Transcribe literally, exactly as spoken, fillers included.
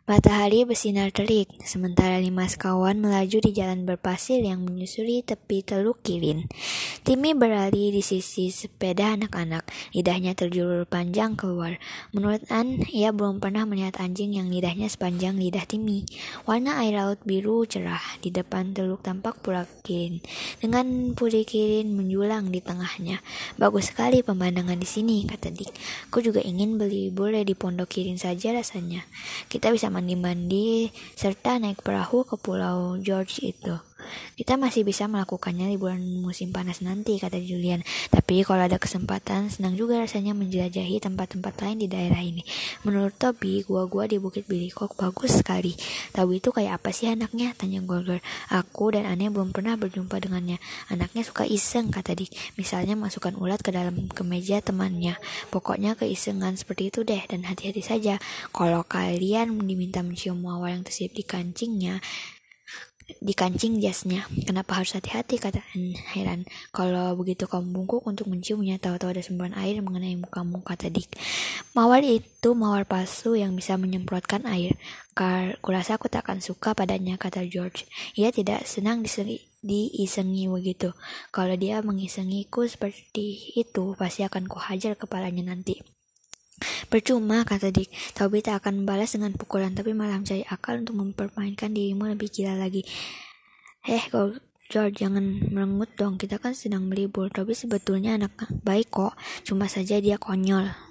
Matahari bersinar terik, sementara lima sekawan melaju di jalan berpasir yang menyusuri tepi Teluk Kirin. Timmy berlari di sisi sepeda anak-anak, lidahnya terjulur panjang keluar. Menurut Anne, ia belum pernah melihat anjing yang lidahnya sepanjang lidah Timmy. Warna air laut biru cerah, di depan teluk tampak Pulau Kirin, dengan Puri Kirin menjulang di tengahnya. Bagus sekali pemandangan di sini, kata Dick. Aku juga ingin berlibur di Pondok Kirin saja rasanya. Kita bisa mandi-mandi serta naik perahu ke Pulau George itu. Kita masih bisa melakukannya di bulan musim panas nanti, kata Julian. Tapi kalau ada kesempatan, senang juga rasanya menjelajahi tempat-tempat lain di daerah ini. Menurut Toby, gua-gua di Bukit Bilikok bagus sekali. Tahu itu kayak apa sih anaknya? Tanya Gallagher. Aku dan Anne belum pernah berjumpa dengannya. Anaknya suka iseng, kata Dick. Misalnya masukkan ulat ke dalam kemeja temannya. Pokoknya keisengan seperti itu deh, dan hati-hati saja. Kalau kalian diminta mencium mawar yang terselip di kancingnya, di kancing jasnya. Kenapa harus hati-hati, kata Anne heran. Kalau begitu kamu bungkuk untuk menciumnya, tahu-tahu ada semburan air mengenai mukamu, kata Dick. Mawar itu mawar palsu yang bisa menyemprotkan air. Kar, kurasa aku tak akan suka padanya, kata George. Ia tidak senang disengi, diisengi begitu. Kalau dia mengisengiku seperti itu, pasti akan kuhajar kepalanya nanti. Percuma, kata Dick. Toby tak akan membalas dengan pukulan, tapi malah mencari akal untuk mempermainkan dirimu lebih gila lagi. Eh, George, jangan merengut dong. Kita kan sedang melibur. Toby sebetulnya anak baik kok. Cuma saja dia konyol.